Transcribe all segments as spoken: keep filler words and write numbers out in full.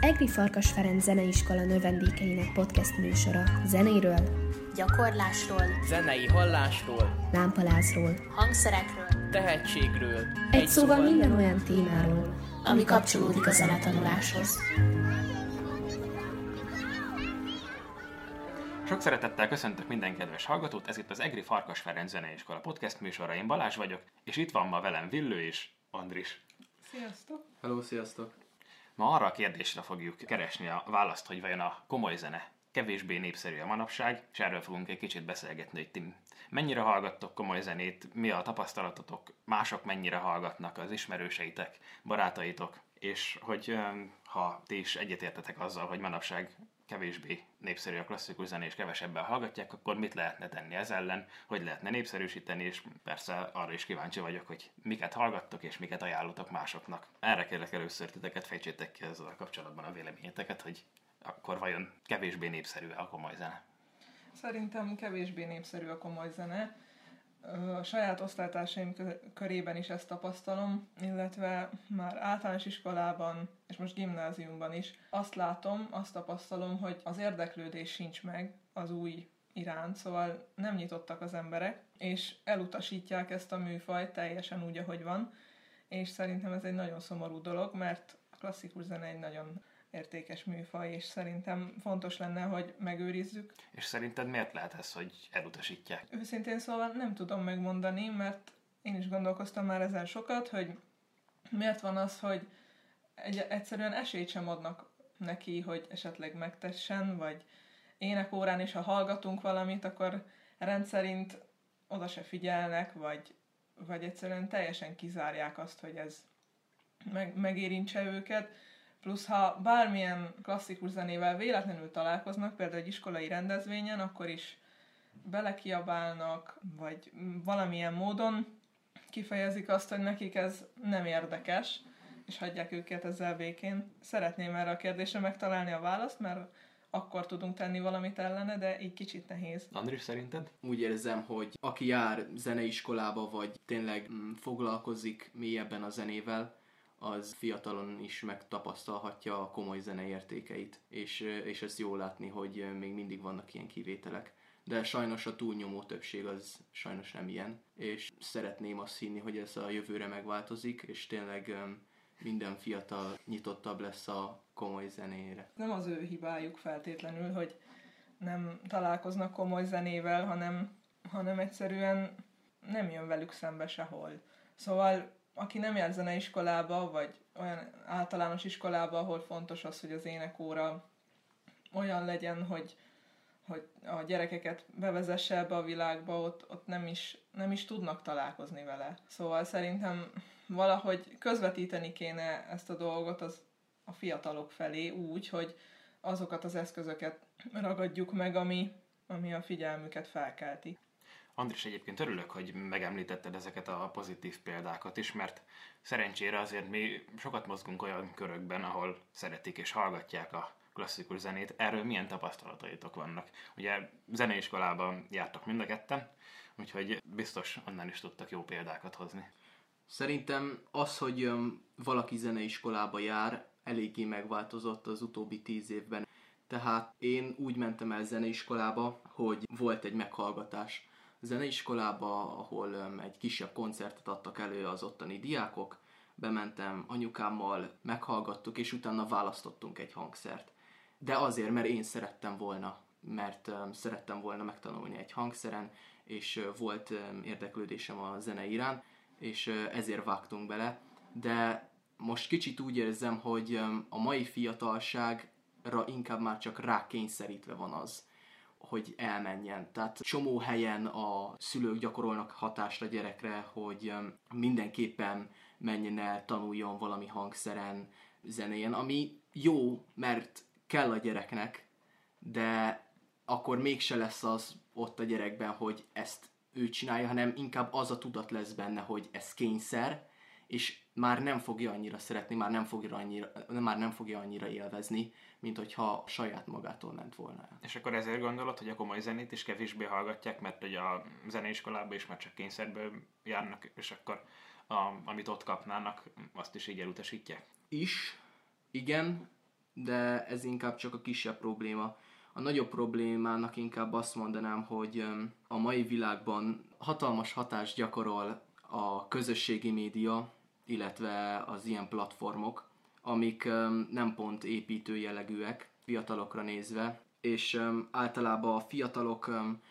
Egri Farkas Ferenc Zeneiskola növendékeinek podcast műsora zenéről, gyakorlásról, zenei hallásról, lámpalázról, hangszerekről, tehetségről, egy, egy szóval minden olyan témáról, ami kapcsolódik a zenetanuláshoz. Sok szeretettel köszöntök minden kedves hallgatót, ez itt az Egri Farkas Ferenc Zeneiskola podcast műsora, én Balázs vagyok, és itt van ma velem Villő és Andris. Sziasztok! Hello, sziasztok! Ma arra a kérdésre fogjuk keresni a választ, hogy vajon a komoly zene kevésbé népszerű a manapság, és erről fogunk egy kicsit beszélgetni, hogy ti mennyire hallgattok komoly zenét, mi a tapasztalatotok, mások mennyire hallgatnak, az ismerőseitek, barátaitok, és hogy ha ti is egyetértetek azzal, hogy manapság kevésbé népszerű a klasszikus zene és kevesebben hallgatják, akkor mit lehetne tenni ez ellen, hogy lehetne népszerűsíteni, és persze arra is kíváncsi vagyok, hogy miket hallgattok és miket ajánlotok másoknak. Erre kérlek először titeket, fejtsétek ki ezzel a kapcsolatban a véleményeteket, hogy akkor vajon kevésbé népszerű a komoly zene? Szerintem kevésbé népszerű a komoly zene. A saját osztálytársaim körében is ezt tapasztalom, illetve már általános iskolában, és most gimnáziumban is azt látom, azt tapasztalom, hogy az érdeklődés sincs meg az új iránt, szóval nem nyitottak az emberek, és elutasítják ezt a műfajt teljesen úgy, ahogy van, és szerintem ez egy nagyon szomorú dolog, mert a klasszikus zene egy nagyon értékes műfaj, és szerintem fontos lenne, hogy megőrizzük. És szerinted miért lehet ez, hogy elutasítják? Őszintén szóval nem tudom megmondani, mert én is gondolkoztam már ezen sokat, hogy miért van az, hogy egy, egyszerűen esélyt sem adnak neki, hogy esetleg megtessen, vagy énekórán is, ha hallgatunk valamit, akkor rendszerint oda se figyelnek, vagy, vagy egyszerűen teljesen kizárják azt, hogy ez meg, megérintse őket. Plusz ha bármilyen klasszikus zenével véletlenül találkoznak, például egy iskolai rendezvényen, akkor is belekiabálnak, vagy valamilyen módon kifejezik azt, hogy nekik ez nem érdekes, és hagyják őket ezzel békén. Szeretném erre a kérdésre megtalálni a választ, mert akkor tudunk tenni valamit ellene, de így kicsit nehéz. Andris, szerinted? Úgy érzem, hogy aki jár zeneiskolába, vagy tényleg mm, foglalkozik mélyebben a zenével, az fiatalon is megtapasztalhatja a komoly zene értékeit, és, és ezt jól látni, hogy még mindig vannak ilyen kivételek. De sajnos a túlnyomó többség az sajnos nem ilyen, és szeretném azt hinni, hogy ez a jövőre megváltozik, és tényleg minden fiatal nyitottabb lesz a komoly zenére. Nem az ő hibájuk feltétlenül, hogy nem találkoznak komoly zenével, hanem, hanem egyszerűen nem jön velük szembe sehol. Szóval aki nem jár zeneiskolába, vagy olyan általános iskolába, ahol fontos az, hogy az énekóra olyan legyen, hogy, hogy a gyerekeket bevezesse ebbe a világba, ott, ott nem, is, nem is tudnak találkozni vele. Szóval szerintem valahogy közvetíteni kéne ezt a dolgot az, a fiatalok felé úgy, hogy azokat az eszközöket ragadjuk meg, ami, ami a figyelmüket felkelti. Andris, egyébként örülök, hogy megemlítetted ezeket a pozitív példákat is, mert szerencsére azért mi sokat mozgunk olyan körökben, ahol szeretik és hallgatják a klasszikus zenét. Erről milyen tapasztalataitok vannak? Ugye zeneiskolában jártak mind a ketten, úgyhogy biztos onnan is tudtak jó példákat hozni. Szerintem az, hogy valaki zeneiskolába jár, eléggé megváltozott az utóbbi tíz évben. Tehát én úgy mentem el zeneiskolába, hogy volt egy meghallgatás zeneiskolába, ahol um, egy kisebb koncertet adtak elő az ottani diákok, bementem anyukámmal, meghallgattuk, és utána választottunk egy hangszert. De azért, mert én szerettem volna, mert um, szerettem volna megtanulni egy hangszeren, és uh, volt um, érdeklődésem a zene iránt, és uh, ezért vágtunk bele. De most kicsit úgy érzem, hogy um, a mai fiatalságra inkább már csak rákényszerítve van az, hogy elmenjen. Tehát csomó helyen a szülők gyakorolnak hatást a gyerekre, hogy mindenképpen menjen el, tanuljon valami hangszeren, zenéjen, ami jó, mert kell a gyereknek, de akkor mégse lesz az ott a gyerekben, hogy ezt ő csinálja, hanem inkább az a tudat lesz benne, hogy ez kényszer, és már nem fogja annyira szeretni, már nem fogja annyira, már nem fogja annyira élvezni, mint hogyha saját magától ment volna. És akkor ezért gondolod, hogy a komoly zenét is kevésbé hallgatják, mert hogy a zeneiskolába is már csak kényszerből járnak, és akkor a, amit ott kapnának, azt is így elutasítják? Is, igen, de ez inkább csak a kisebb probléma. A nagyobb problémának inkább azt mondanám, hogy a mai világban hatalmas hatást gyakorol a közösségi média, illetve az ilyen platformok, amik nem pont építő jellegűek fiatalokra nézve, és általában a fiatalok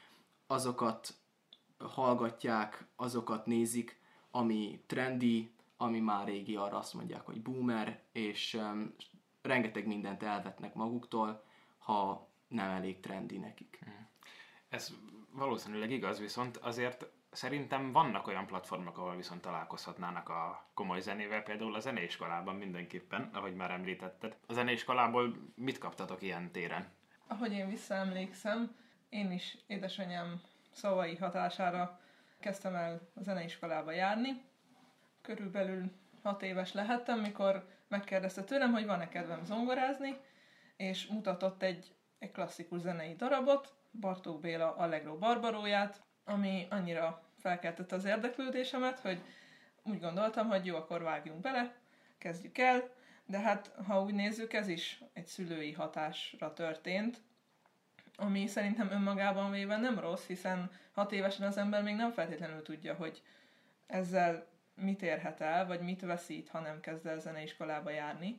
azokat hallgatják, azokat nézik, ami trendi, ami már régi, arra azt mondják, hogy boomer, és rengeteg mindent elvetnek maguktól, ha nem elég trendi nekik. Ez valószínűleg igaz, viszont azért szerintem vannak olyan platformok, ahol viszont találkozhatnának a komoly zenével, például a zeneiskolában mindenképpen, ahogy már említetted. A zeneiskolából mit kaptatok ilyen téren? Ahogy én visszaemlékszem, én is édesanyám szavai hatására kezdtem el a zeneiskolába járni. Körülbelül hat éves lehettem, mikor megkérdezte tőlem, hogy van-e kedvem zongorázni, és mutatott egy, egy klasszikus zenei darabot, Bartók Béla Allegro Barbaróját, ami annyira felkeltette az érdeklődésemet, hogy úgy gondoltam, hogy jó, akkor vágjunk bele, kezdjük el, de hát ha úgy nézzük, ez is egy szülői hatásra történt, ami szerintem önmagában véve nem rossz, hiszen hat évesen az ember még nem feltétlenül tudja, hogy ezzel mit érhet el, vagy mit veszít, ha nem kezd el zeneiskolába járni.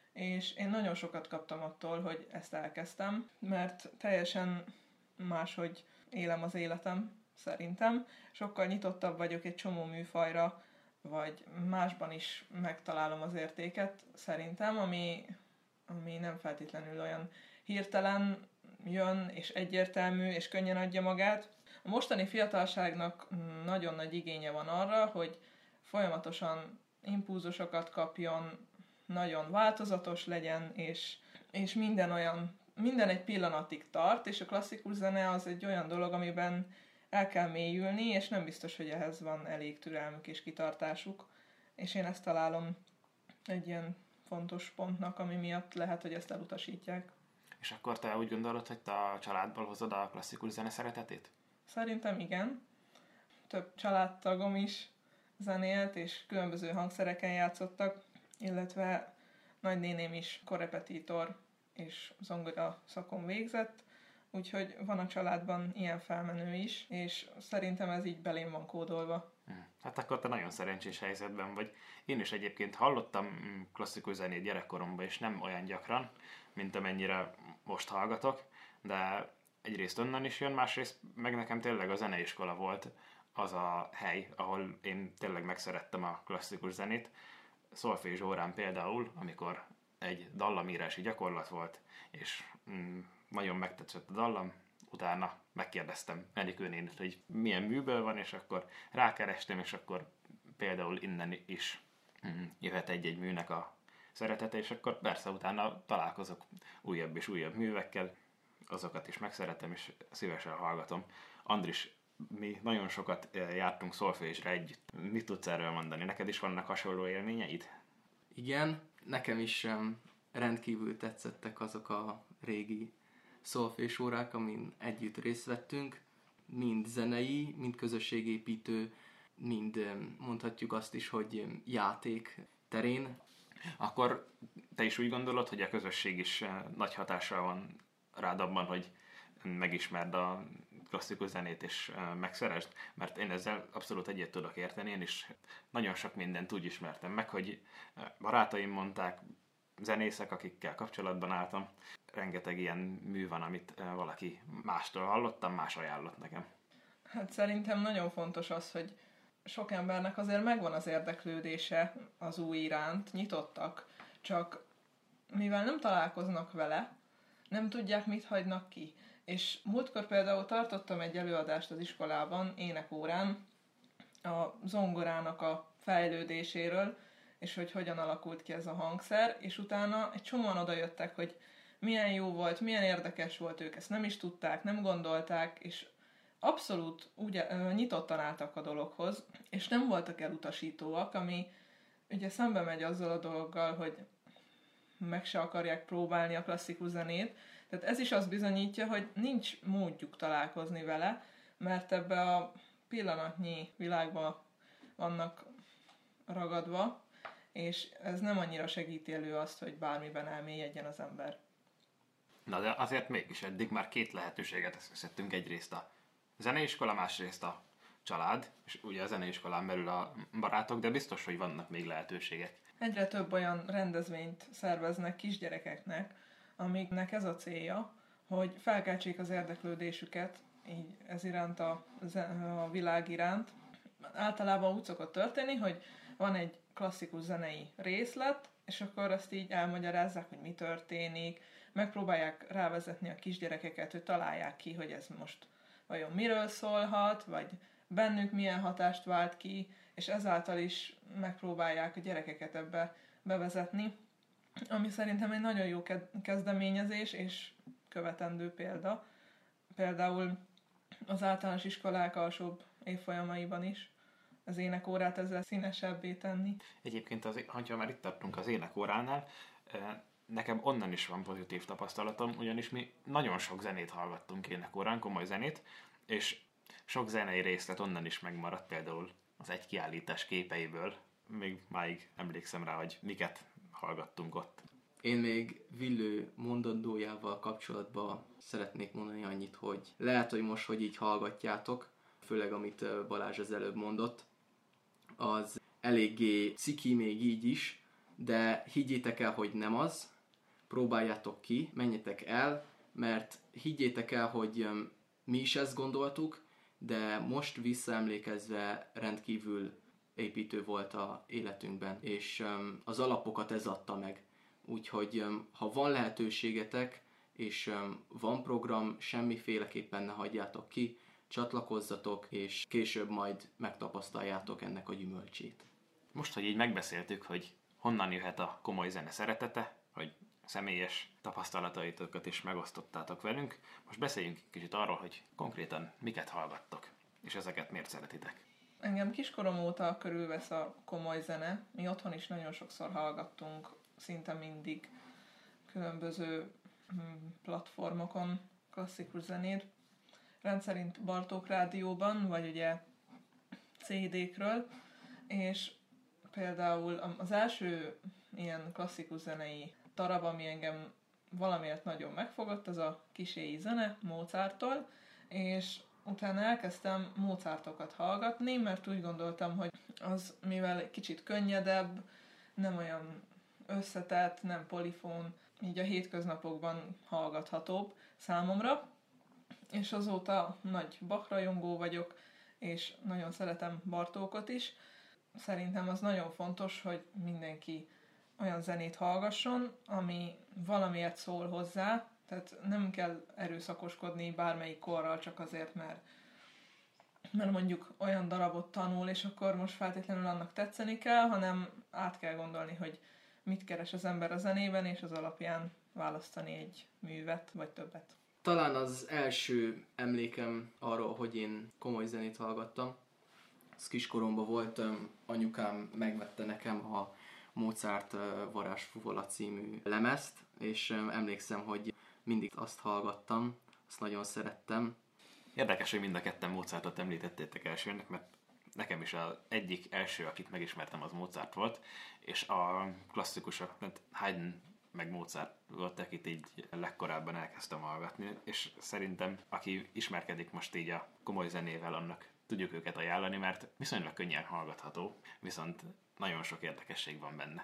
És én nagyon sokat kaptam attól, hogy ezt elkezdtem, mert teljesen máshogy élem az életem, szerintem. Sokkal nyitottabb vagyok egy csomó műfajra, vagy másban is megtalálom az értéket, szerintem, ami, ami nem feltétlenül olyan hirtelen jön, és egyértelmű, és könnyen adja magát. A mostani fiatalságnak nagyon nagy igénye van arra, hogy folyamatosan impulzusokat kapjon, nagyon változatos legyen, és, és minden olyan, minden egy pillanatig tart, és a klasszikus zene az egy olyan dolog, amiben el kell mélyülni, és nem biztos, hogy ehhez van elég türelmük és kitartásuk. És én ezt találom egy ilyen fontos pontnak, ami miatt lehet, hogy ezt elutasítják. És akkor te úgy gondolod, hogy te a családból hozod a klasszikus zene szeretetét? Szerintem igen. Több családtagom is zenélt, és különböző hangszereken játszottak, illetve nagynéném is korrepetitor és zongora szakon végzett, úgyhogy van a családban ilyen felmenő is, és szerintem ez így belém van kódolva. Hát akkor te nagyon szerencsés helyzetben vagy. Én is egyébként hallottam klasszikus zenét gyerekkoromban, és nem olyan gyakran, mint amennyire most hallgatok, de egyrészt onnan is jön, másrészt meg nekem tényleg a zeneiskola volt az a hely, ahol én tényleg megszerettem a klasszikus zenét. Szolfés órán például, amikor egy dallamírási gyakorlat volt, és mm, nagyon megtetszett a dallam, utána megkérdeztem Enikő nénit, hogy milyen műből van, és akkor rákerestem, és akkor például innen is mm, jöhet egy-egy műnek a szeretete, és akkor persze utána találkozok újabb és újabb művekkel, azokat is megszeretem, és szívesen hallgatom. Andris, mi nagyon sokat jártunk szolfésre együtt. Mit tudsz erről mondani? Neked is vannak hasonló élményeid? Igen, nekem is um, rendkívül tetszettek azok a régi szolfés órák, amin együtt részt vettünk. Mind zenei, mind közösségépítő, mind um, mondhatjuk azt is, hogy um, játék terén. Akkor te is úgy gondolod, hogy a közösség is nagy hatással van rád abban, hogy megismerd a klasszikus zenét és megszeresd? Mert én ezzel abszolút egyet tudok érteni, én is nagyon sok mindent úgy ismertem meg, hogy barátaim mondták, zenészek, akikkel kapcsolatban álltam, rengeteg ilyen mű van, amit valaki mástól hallottam, más ajánlott nekem. Hát szerintem nagyon fontos az, hogy sok embernek azért megvan az érdeklődése az új iránt, nyitottak, csak mivel nem találkoznak vele, nem tudják, mit hagynak ki. És múltkor például tartottam egy előadást az iskolában, énekórán, a zongorának a fejlődéséről, és hogy hogyan alakult ki ez a hangszer, és utána egy csomóan odajöttek, hogy milyen jó volt, milyen érdekes volt, ők ezt nem is tudták, nem gondolták, és abszolút úgy nyitottan álltak a dologhoz, és nem voltak elutasítóak, ami ugye szembe megy azzal a dologgal, hogy meg se akarják próbálni a klasszikus zenét. Tehát ez is azt bizonyítja, hogy nincs módjuk találkozni vele, mert ebbe a pillanatnyi világba vannak ragadva, és ez nem annyira segíti elő azt, hogy bármiben elmélyedjen az ember. Na de azért mégis eddig már két lehetőséget összeszedtünk, egyrészt a zeneiskola, másrészt a család, és ugye a zeneiskolán belül a barátok, de biztos, hogy vannak még lehetőségek. Egyre több olyan rendezvényt szerveznek kisgyerekeknek, amiknek ez a célja, hogy felkeltsék az érdeklődésüket így ez iránt a, a világ iránt. Általában úgy szokott történni, hogy van egy klasszikus zenei részlet, és akkor azt így elmagyarázzák, hogy mi történik, megpróbálják rávezetni a kisgyerekeket, hogy találják ki, hogy ez most vajon miről szólhat, vagy bennük milyen hatást vált ki, és ezáltal is megpróbálják a gyerekeket ebbe bevezetni, ami szerintem egy nagyon jó kezdeményezés, és követendő példa. Például az általános iskolák alsóbb évfolyamaiban is az énekórát ezzel színesebbé tenni. Egyébként, az, ha már itt tartunk az énekóránál, nekem onnan is van pozitív tapasztalatom, ugyanis mi nagyon sok zenét hallgattunk énekórán, komoly zenét, és sok zenei részlet onnan is megmaradt, például az egy kiállítás képeiből. Még máig emlékszem rá, hogy miket hallgattunk ott. Én még Villő mondandójával kapcsolatban szeretnék mondani annyit, hogy lehet, hogy most, hogy így hallgatjátok, főleg amit Balázs az előbb mondott, az eléggé ciki még így is, de higgyétek el, hogy nem az, próbáljátok ki, menjetek el, mert higgyétek el, hogy mi is ezt gondoltuk, de most visszaemlékezve rendkívül építő volt a életünkben, és az alapokat ez adta meg. Úgyhogy ha van lehetőségetek, és van program, semmiféleképpen ne hagyjátok ki, csatlakozzatok, és később majd megtapasztaljátok ennek a gyümölcsét. Most, hogy így megbeszéltük, hogy honnan jöhet a komoly zene szeretete, hogy személyes tapasztalataitokat is megosztottátok velünk, most beszéljünk egy kicsit arról, hogy konkrétan miket hallgattok, és ezeket miért szeretitek. Engem kiskorom óta körülvesz a komoly zene. Mi otthon is nagyon sokszor hallgattunk, szinte mindig különböző platformokon klasszikus zenét. Rendszerint Bartók Rádióban, vagy ugye cé dé-kről, és például az első ilyen klasszikus zenei darab, ami engem valamiért nagyon megfogott, az a Kiséi zene Mozarttól, és utána elkezdtem Mozartokat hallgatni, mert úgy gondoltam, hogy az, mivel egy kicsit könnyedebb, nem olyan összetett, nem polifón, így a hétköznapokban hallgathatóbb számomra, és azóta nagy Bach rajongó vagyok, és nagyon szeretem Bartókot is. Szerintem az nagyon fontos, hogy mindenki olyan zenét hallgasson, ami valamiért szól hozzá, tehát nem kell erőszakoskodni bármelyik korral csak azért, mert, mert mondjuk olyan darabot tanul, és akkor most feltétlenül annak tetszeni kell, hanem át kell gondolni, hogy mit keres az ember a zenében, és az alapján választani egy művet, vagy többet. Talán az első emlékem arról, hogy én komoly zenét hallgattam, az kiskoromban volt, anyukám megvette nekem a Mozart Varázsfuvola című lemezt, és emlékszem, hogy mindig azt hallgattam, azt nagyon szerettem. Érdekes, hogy mind a ketten Mozartot említettétek elsőnek, mert nekem is az egyik első, akit megismertem, az Mozart volt, és a klasszikusok, Haydn meg Mozart volt, akit így legkorábban elkezdtem hallgatni, és szerintem, aki ismerkedik most így a komoly zenével, annak tudjuk őket ajánlani, mert viszonylag könnyen hallgatható, viszont nagyon sok érdekesség van benne.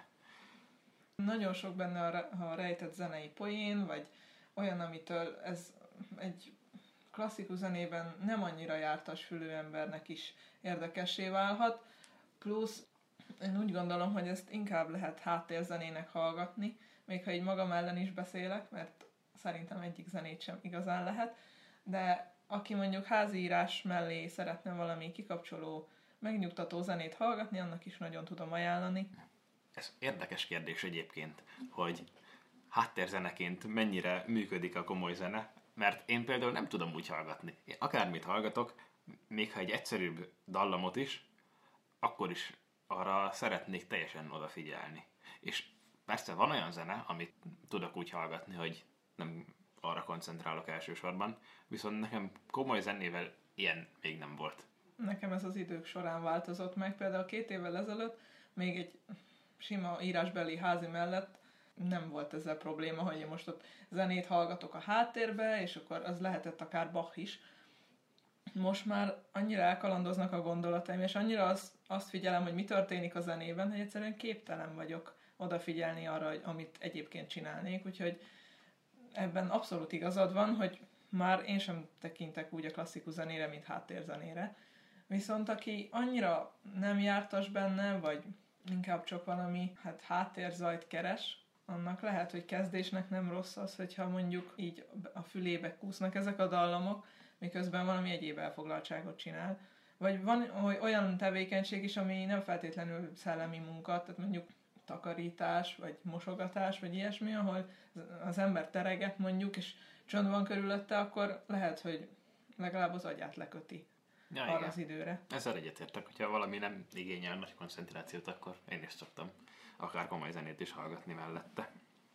Nagyon sok benne a rejtett zenei poén, vagy olyan, amitől ez egy klasszikus zenében nem annyira jártas fülű embernek is érdekessé válhat, plusz én úgy gondolom, hogy ezt inkább lehet háttérzenének hallgatni, még ha így magam ellen is beszélek, mert szerintem egyik zenét sem igazán lehet, de aki mondjuk háziírás mellé szeretne valami kikapcsoló, megnyugtató zenét hallgatni, annak is nagyon tudom ajánlani. Ez érdekes kérdés egyébként, hogy háttérzeneként mennyire működik a komoly zene, mert én például nem tudom úgy hallgatni. Én akármit hallgatok, még ha egy egyszerűbb dallamot is, akkor is arra szeretnék teljesen odafigyelni. És persze van olyan zene, amit tudok úgy hallgatni, hogy nem arra koncentrálok elsősorban, viszont nekem komoly zenével ilyen még nem volt. Nekem ez az idők során változott meg. Például két évvel ezelőtt még egy sima írásbeli házi mellett nem volt ezzel probléma, hogy én most ott zenét hallgatok a háttérbe, és akkor az lehetett akár Bach is. Most már annyira elkalandoznak a gondolataim, és annyira az, azt figyelem, hogy mi történik a zenében, hogy egyszerűen képtelen vagyok odafigyelni arra, hogy amit egyébként csinálnék, úgyhogy ebben abszolút igazad van, hogy már én sem tekintek úgy a klasszikus zenére, mint háttérzenére. Viszont aki annyira nem jártas benne, vagy inkább csak valami hát háttérzajt keres, annak lehet, hogy kezdésnek nem rossz az, hogyha mondjuk így a fülébe kúsznak ezek a dallamok, miközben valami egyéb elfoglaltságot csinál. Vagy van olyan tevékenység is, ami nem feltétlenül szellemi munka, tehát mondjuk takarítás, vagy mosogatás, vagy ilyesmi, ahol az ember tereget mondjuk, és csönd van körülötte, akkor lehet, hogy legalább az agyát leköti ja, arra igen. az időre. Ezzel egyetértek, hogyha valami nem igényel nagy koncentrációt, akkor én is szoktam akár komoly zenét is hallgatni mellette.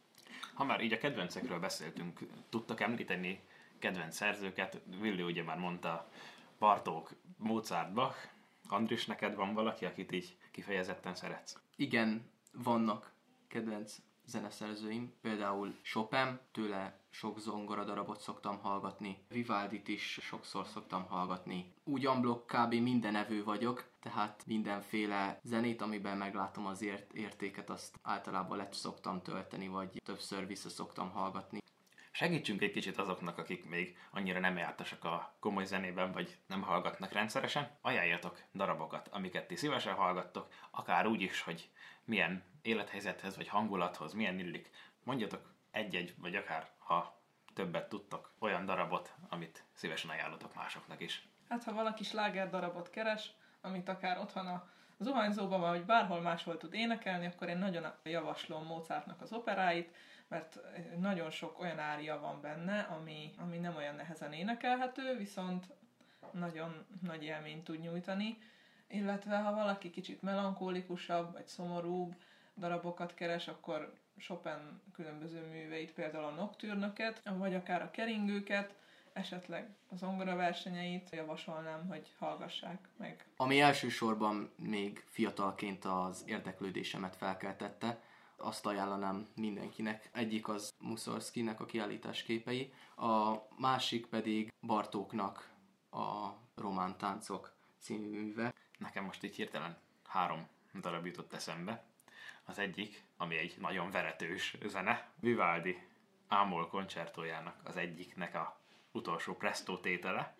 Ha már így a kedvencekről beszéltünk, tudtak említeni kedvenc szerzőket? Willi ugye már mondta Bartók, Mozart, Bach. Andris, neked van valaki, akit így kifejezetten szeretsz? Igen, vannak kedvenc zeneszerzőim, például Chopin, tőle sok zongora darabot szoktam hallgatni, Vivaldit is sokszor szoktam hallgatni. Úgy unblock kb. Minden evő vagyok, tehát mindenféle zenét, amiben meglátom az ért- értéket, azt általában le szoktam tölteni, vagy többször vissza szoktam hallgatni. Segítsünk egy kicsit azoknak, akik még annyira nem jártasak a komoly zenében, vagy nem hallgatnak rendszeresen. Ajánljatok darabokat, amiket ti szívesen hallgattok, akár úgy is, hogy milyen élethelyzethez, vagy hangulathoz, milyen illik. Mondjatok egy-egy, vagy akár, ha többet tudtok, olyan darabot, amit szívesen ajánlotok másoknak is. Hát, ha valaki sláger darabot keres, amit akár otthon a zuhanyzóban, vagy bárhol máshol tud énekelni, akkor én nagyon javaslom Mozartnak az operáit, mert nagyon sok olyan ária van benne, ami, ami nem olyan nehezen énekelhető, viszont nagyon nagy élményt tud nyújtani. Illetve ha valaki kicsit melankólikusabb, vagy szomorúbb darabokat keres, akkor Chopin különböző műveit, például a noktürnöket, vagy akár a keringőket, esetleg a zongoraversenyeit javasolnám, hogy hallgassák meg. Ami elsősorban még fiatalként az érdeklődésemet felkeltette, azt ajánlanám mindenkinek. Egyik az Mussorgskynek a kiállítás képei, a másik pedig Bartóknak a Román táncok című műve. Nekem most így hirtelen három darab jutott eszembe. Az egyik, ami egy nagyon veretős zene, Vivaldi Ámol koncertójának az egyiknek a utolsó presto tétele.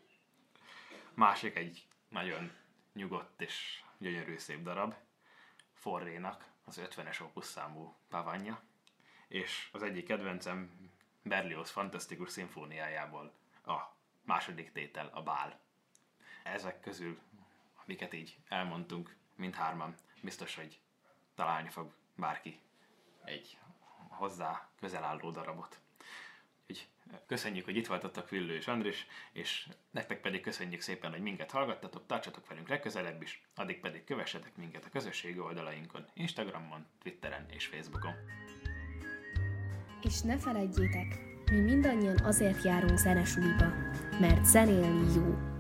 Másik egy nagyon nyugodt és gyönyörű szép darab, Forrénak az ötvenes opus számú Pavania, és az egyik kedvencem Berlioz fantasztikus szimfóniájából a második tétel, a Bál. Ezek közül, amiket így elmondtunk, mindhárman, biztos, hogy találni fog bárki egy hozzá közel álló darabot. Úgyhogy köszönjük, hogy itt voltatok, Villő és Andris, és nektek pedig köszönjük szépen, hogy minket hallgattatok, tartsatok velünk legközelebb is, addig pedig kövessetek minket a közösségi oldalainkon, Instagramon, Twitteren és Facebookon. És ne feledjétek, mi mindannyian azért járunk zenesuliba, mert zenélni jó.